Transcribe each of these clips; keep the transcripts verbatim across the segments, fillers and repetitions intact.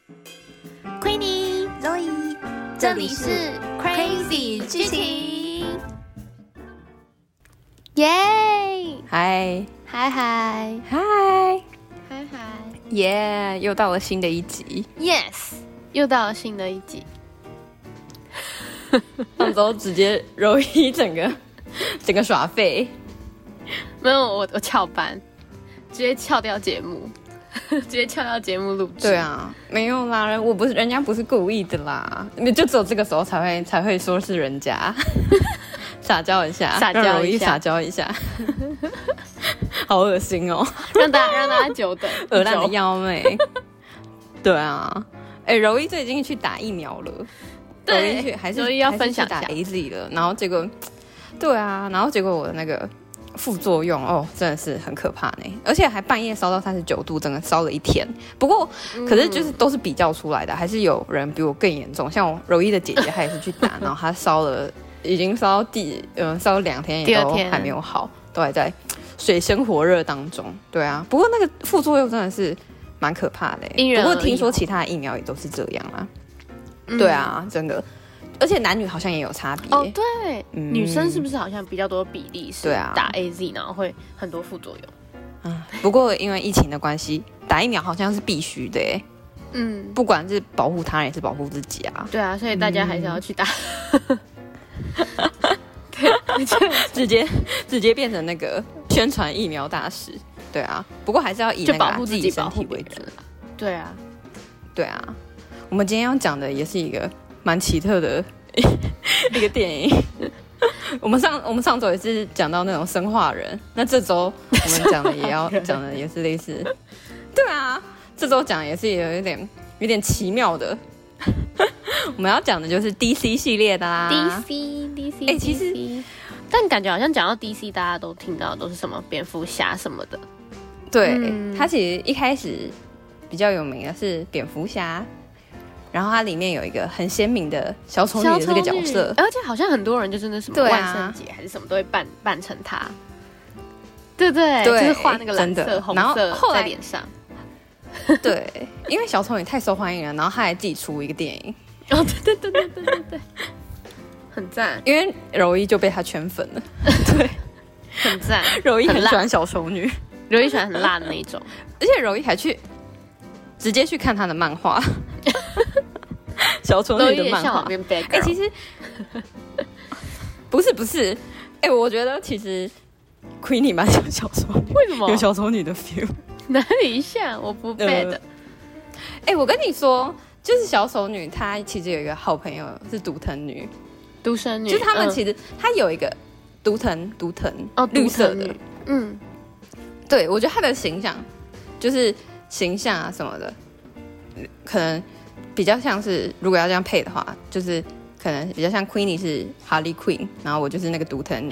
Queenie Zoe， 这里是 Crazy 剧情，耶！ 嗨嗨嗨嗨嗨嗨耶！又到了新的一集， ，Yes， 又到了新的一集。 上周直接揉一整个整个耍废， 没有我我翘班，直接翘掉节目。直接跳到节目录制。 对啊，没有啦，我不是人家不是故意的啦，就只有这个时候才会才会说是人家撒娇一下， 撒娇一下让柔一撒娇一下，好恶心哦， 让大家让大家久等， 恶烂的妖妹。对啊，哎、欸，柔一最近去打疫苗了， 对， 柔一去还是柔一要分享一下打 A Z 了，然后结果，对啊，然后结果我的那个。副作用哦，真的是很可怕呢，而且还半夜烧到三十九度，整个烧了一天。不过，可是就是都是比较出来的，还是有人比我更严重。像我柔一的姐姐，她也是去打，然后她烧了，已经烧到第嗯烧了两天，也都还没有好，都还在水深火热当中。对啊，不过那个副作用真的是蛮可怕的。不过听说其他的疫苗也都是这样啦。嗯、对啊，真的。而且男女好像也有差别哦，对、嗯，女生是不是好像比较多比例是打 A Z， 然后会很多副作用？ 啊，不过因为疫情的关系，打疫苗好像是必须的耶。嗯，不管是保护他人也是保护自己啊。 对啊，所以大家还是要去打。 嗯、对，直接直接变成那个宣传疫苗大使。对啊，不过还是要以那个、 保护自己身体为主。 对啊， 对啊，我们今天要讲的也是一个。蛮奇特的一个电影，我们上我们上周也是讲到那种生化人，那这周我们讲的也要讲的也是类似，对啊，这周讲也是有一点有点奇妙的，我们要讲的就是 D C 系列的啦 ，D C D C， 哎、欸，其实， 但感觉好像讲到 D C， 大家都听到的都是什么蝙蝠侠什么的， 对，嗯、他其实一开始比较有名的是蝙蝠侠。然后它里面有一个很鲜明的小丑女的这个角色， 而且好像很多人就是那什么万圣节还是什么都会扮扮成她，对对， 对， 就是画那个蓝色、红色在脸上。 对，因为小丑女太受欢迎了，然后她还自己出一个电影。 哦，对对对对对对，很赞。 因为柔一就被她圈粉了，对， 很赞。 柔一很喜欢小丑女， 柔一喜欢很辣的那一种， 而且柔一还去。直接去看他的漫画，小丑女的漫画。哎、欸，其实不是不是，哎、欸，我觉得其实 Queenie 蛮像小丑女， 为什么？ 有小丑女的 feel？ 哪里像？我不背的。 哎、呃欸，我跟你说，就是小丑女，她其实有一个好朋友是独藤女， 独生女， 就是他们其实她、嗯、有一个独藤独藤哦，绿色的，嗯，对我觉得她的形象就是。形象啊什么的，可能比较像是，如果要这样配的话，就是可能比较像 Queenie 是 Harley Quinn， 然后我就是那个独藤女，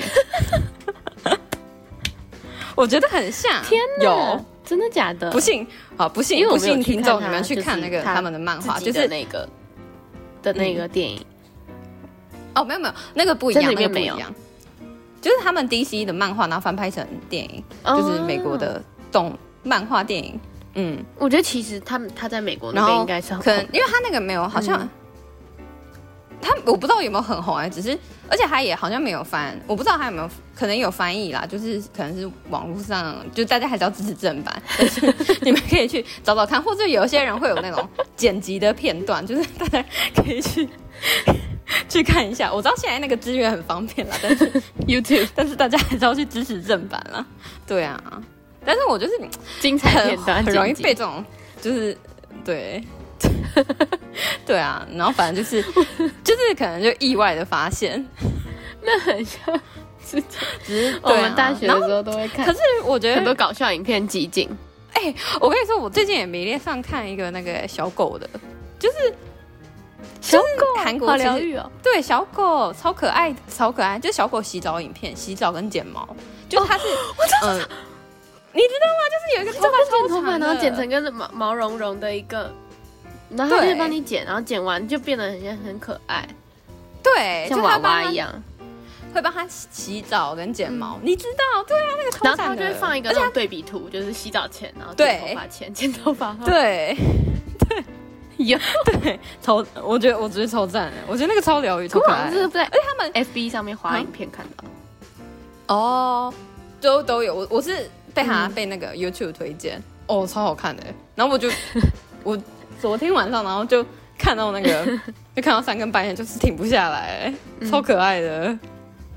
我觉得很像。 天哪， 有真的假的？ 不信，好不信，不信听众你们去看那个他们的漫画，就是那个的那个电影。 哦，没有没有，那个不一样，那个不一样，就是他们 D C 的漫画，然后翻拍成电影，哦、就是美国的动漫画电影。嗯， 我觉得其实他们他在美国那边应该是很可能，因为他那个没有，好像、嗯、他我不知道有没有很红哎、欸，只是而且他也好像没有翻，我不知道他有没有可能有翻译啦，就是可能是网络上，就大家还是要支持正版，但是你们可以去找找看，或者有一些人会有那种剪辑的片段，就是大家可以去去看一下。我知道现在那个资源很方便啦，但是 YouTube， 但是大家还是要去支持正版啦。对啊。但是我就是精彩片段很容易被这种，就是对，对啊，然后反正就是就是可能就意外的发现， 那很像是，只是我们大学的时候都会看。 可是我觉得很多搞笑影片集锦。 哎、欸，我跟你说，我最近也迷恋上看一个那个小狗的，就是小狗， 韩国好疗愈哦。 对，小狗超可爱，超可爱，就是小狗洗澡影片，洗澡跟剪毛，就它是，嗯。呃你知道吗？就是有一个头发超长的， 然后剪成跟毛毛茸茸的一个，然后他就帮你剪，然后剪完就变得很像很可爱， 对， 像娃娃一样， 会帮他洗澡跟剪毛。嗯、你知道？对啊，那个超然后他就会放一个那种对比图，就是洗澡前，然后剪头发前，剪头发后， 对对， 有， 对，超，我觉得我觉得超赞的，我觉得那个超疗愈，超可爱的。 是不是在而且他们 F B 上面滑影片看到？ 哦，都都有，我我是被他、嗯、被那个 YouTube 推荐，哦，超好看的。然后我就我昨天晚上，然后就看到那个，就看到三更半夜，就是停不下来，超可爱的。嗯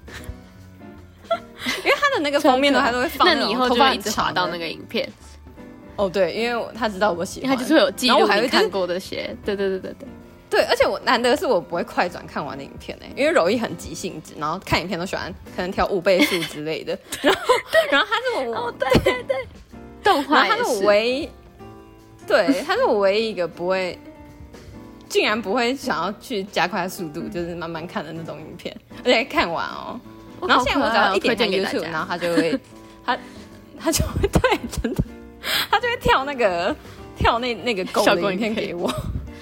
因为他的那个封面呢，他都会放那种， 那你以后就会一直滑到那个影片。 哦，对，因为他知道我喜欢， 他就是会有记录你看过的些。对对对对对。 对，而且我难得是我不会快转看完的影片哎，因为柔一很急性子，然后看影片都喜欢可能调五倍速之类的。然后，然后他是我， 哦，对对对，动画也是。 他是我唯一，对，他是我唯一一个不会，竟然不会想要去加快速度，就是慢慢看的那种影片，而且看完哦。然后现在我只要一点开 YouTube， 然后他就会，他他就会对，真的，他就会跳那个跳那那个狗的影片给我，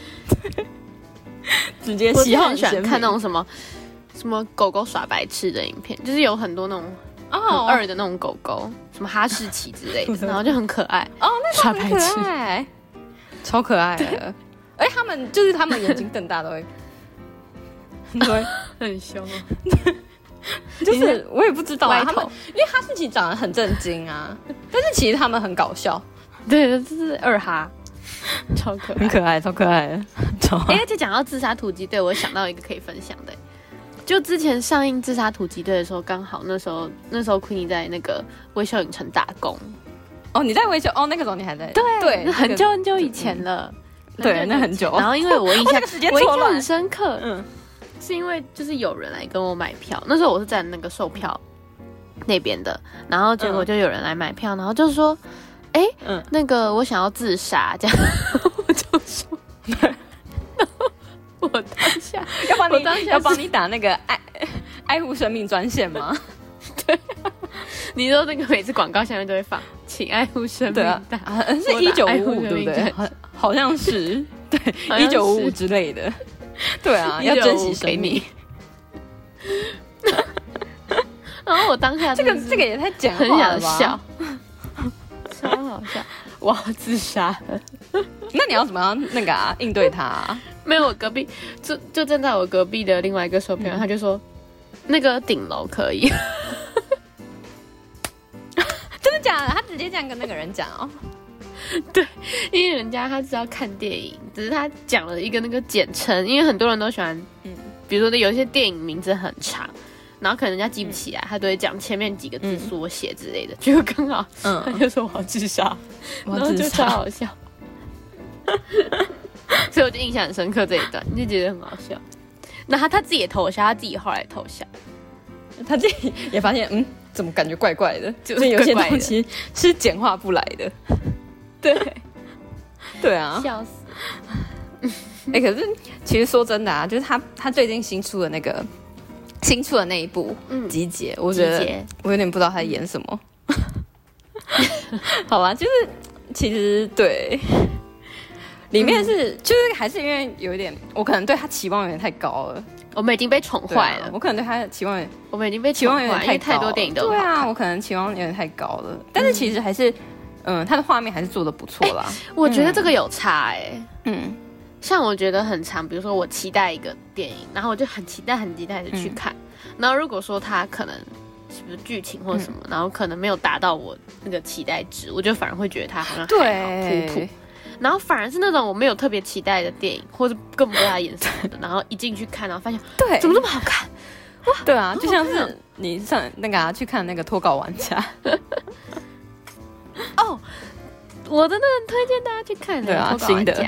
直接喜欢喜欢看那种什么什么狗狗耍白痴的影片，就是有很多那种很二的那种狗狗，什么哈士奇之类的，然后就很可爱哦，那耍白痴，超可爱的，而且他们就是他们眼睛瞪大都会，对， 很凶啊。 就是我也不知道、啊、他们，因为哈士奇长得很震惊啊，但是其实他们很搞笑。 对，这是二哈，超可爱， 很可爱，超可爱的。 哎、欸，就讲到自杀突击队，我想到一个可以分享的，就之前上映自杀突击队的时候，刚好那时候那时候 Queenie 在那个微秀影城打工。 哦，你在微秀？哦，那个时候你还在？ 对对， 那很久很久以前了。 嗯、对，那很久。 然后因为我印象， 哦、 我印象很深刻，嗯。是因为就是有人来跟我买票，那时候我是在那个售票那边的，然后结果就有人来买票，然后就说：“哎、欸，嗯，那个我想要自杀。”这样，我就说，然后我当下要帮你，当下要帮你打那个爱爱护生命专线吗？ 对、啊，你说那个每次广告下面都会放，请爱护生命，对啊， 啊是一九五五对不对？好像是对一九五五之类的。对啊，要珍惜生命。 然后我当下这个这个也太简化了吧， 很想笑，超好笑。我要自杀了， 那你要怎么样那个啊应对他、啊？ 没有，我隔壁就就站在我隔壁的另外一个售票员、嗯，他就说那个顶楼可以。 真的假的？他直接这样跟那个人讲哦。 对，因为人家他是要看电影，只是他讲了一个那个简称，因为很多人都喜欢，嗯，比如说有一些电影名字很长，然后可能人家记不起来，嗯、他都会讲前面几个字缩写之类的，结果刚好，嗯，他就说我要自杀，然后就超好笑，所以我就印象很深刻这一段，就觉得很好笑。那他他自己也偷笑，他自己后来偷笑， 他自己也发现，嗯，怎么感觉怪怪的？就是有些东西是简化不来的。对，对啊， 笑死！ 哎、欸，可是其实说真的啊，就是他他最近新出的那个新出的那一部《集结》，我觉得我有点不知道他在演什么。好吧，就是其实对，里面是、嗯、就是还是因为有一点，我可能对他期望有点太高了。 我们已经被宠坏了、啊， 我可能对他的期望， 我们已经被期望有点太高，太多电影都对啊，我可能期望有点太高了，但是其实还是。嗯，他的画面还是做的不错啦、欸。 我觉得这个有差哎、欸。 嗯， 像我觉得很长，比如说我期待一个电影，然后我就很期待、很期待的去看。嗯、然后如果说他可能是不是剧情或什么、嗯，然后可能没有达到我那个期待值，我就反而会觉得他好像还好普普。然后反而是那种我没有特别期待的电影，或者更不知道他演什么的，然后一进去看，然后发现对，怎么这么好看？ 哇，对啊，就像是你上那个、啊、去看那个脱稿玩家。 哦，我真的很推荐大家去看对啊，新的，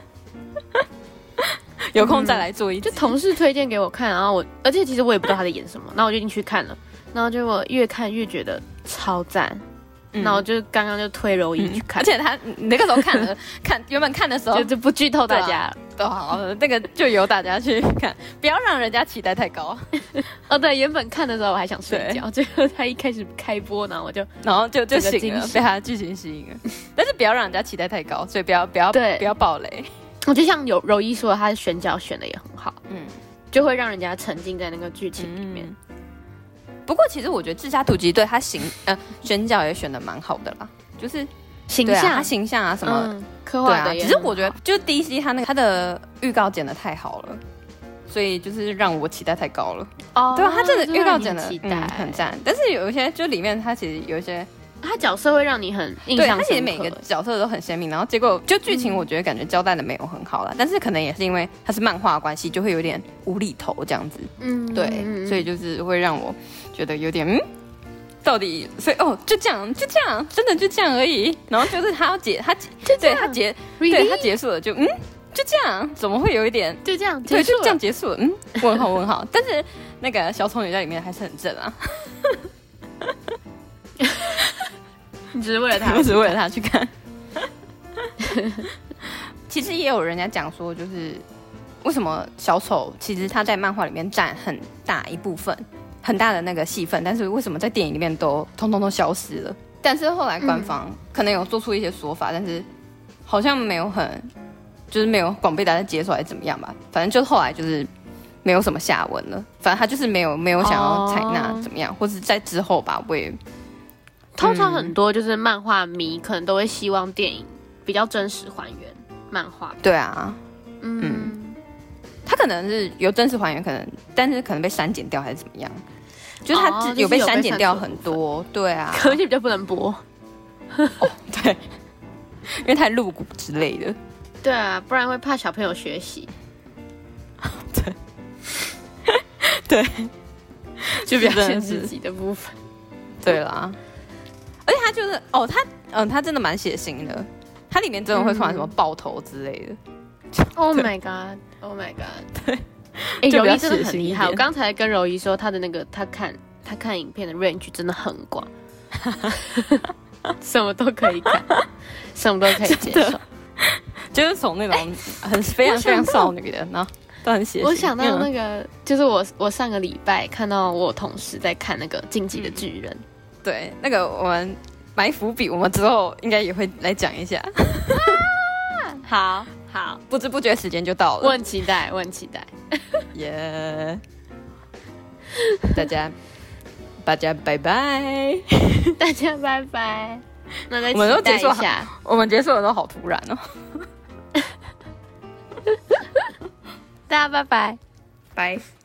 有空再来做一、嗯。 就同事推荐给我看，然后我，而且其实我也不知道他在演什么，然后我就进去看了，然后结果越看越觉得超赞，嗯、然后就刚刚就推柔一去看、 嗯，而且他你那个时候看了看原本看的时候就就不剧透大家了。 都好，那个就由大家去看，不要让人家期待太高。 哦，对，原本看的时候我还想睡觉，结果他一开始开播，然后我就， 然后就就醒了，被他的剧情吸引了。但是不要让人家期待太高，所以不要不要对不要爆雷。 我就像有柔一说，他的选角选的也很好，嗯，就会让人家沉浸在那个剧情里面。嗯、 不过其实我觉得《自杀突击队》他行呃选角也选的蛮好的啦，就是对啊， 形象、 他形象啊什么， 嗯，刻对啊。 画的也很好。 只是我觉得，就是 D C 他那个他的预告剪得太好了，所以就是让我期待太高了。 哦， 对啊，他真的预告真剪的的期待、 嗯、很赞，但是有一些就里面他其实有一些。 他角色会让你很印对， 象深刻。 他其实每个角色都很鲜明，然后结果就剧情我觉得感觉交代的没有很好啦，嗯、但是可能也是因为它是漫画的关系，就会有点无厘头这样子。嗯，对，嗯、所以就是会让我觉得有点嗯，到底所以哦就这样就这样，真的就这样而已。然后就是他要结他就对他结 really? 对他结束了就嗯就这样，怎么会有一点就这样对就这样结束了？嗯，问号问号。但是那个小丑女在里面还是很正啊。 你只是为了他， 我只是为了他去看。其实也有人家讲说，就是为什么小丑其实他在漫画里面占很大一部分、很大的那个戏份，但是为什么在电影里面都通通都消失了？但是后来官方可能有做出一些说法，嗯、但是好像没有很，就是没有广被大家接受，还是怎么样吧？反正就后来就是没有什么下文了。反正他就是没有没有想要采纳怎么样，哦、或是在之后吧，我也。 通常很多就是漫画迷可能都会希望电影比较真实还原漫画。 对啊， 嗯，嗯他可能是有真实还原，可能但是可能被删减掉还是怎么样，就是他有被删减掉很多。哦、对啊， 可惜比较不能播。 哦，对，因为太露骨之类的。 对啊，不然会怕小朋友学习。 对，对， 就表现自己的部分。 对啦。而且他就是哦，他嗯，他真的蛮血腥的，他里面真的会突然什么爆头之类的。 Oh my god! Oh my god! 对， 哎、欸，柔一真的很厉害。我刚才跟柔一说，他的那个他看他看影片的 range 真的很广，什么都可以看，什么都可以接受， 就是从那种很非常非常少女的，然后都很血腥。 我想到那个，嗯、就是我我上个礼拜看到我同事在看那个《进击的巨人》。嗯对，那个我们埋伏笔，我们之后应该也会来讲一下。 啊、好好， 不知不觉时间就到了， 我很期待，我很期待。 耶！ yeah 大家，大家拜拜， 大家拜拜。那再我们都结束一下， 我们结束的都好突然哦。 大家拜拜， 拜。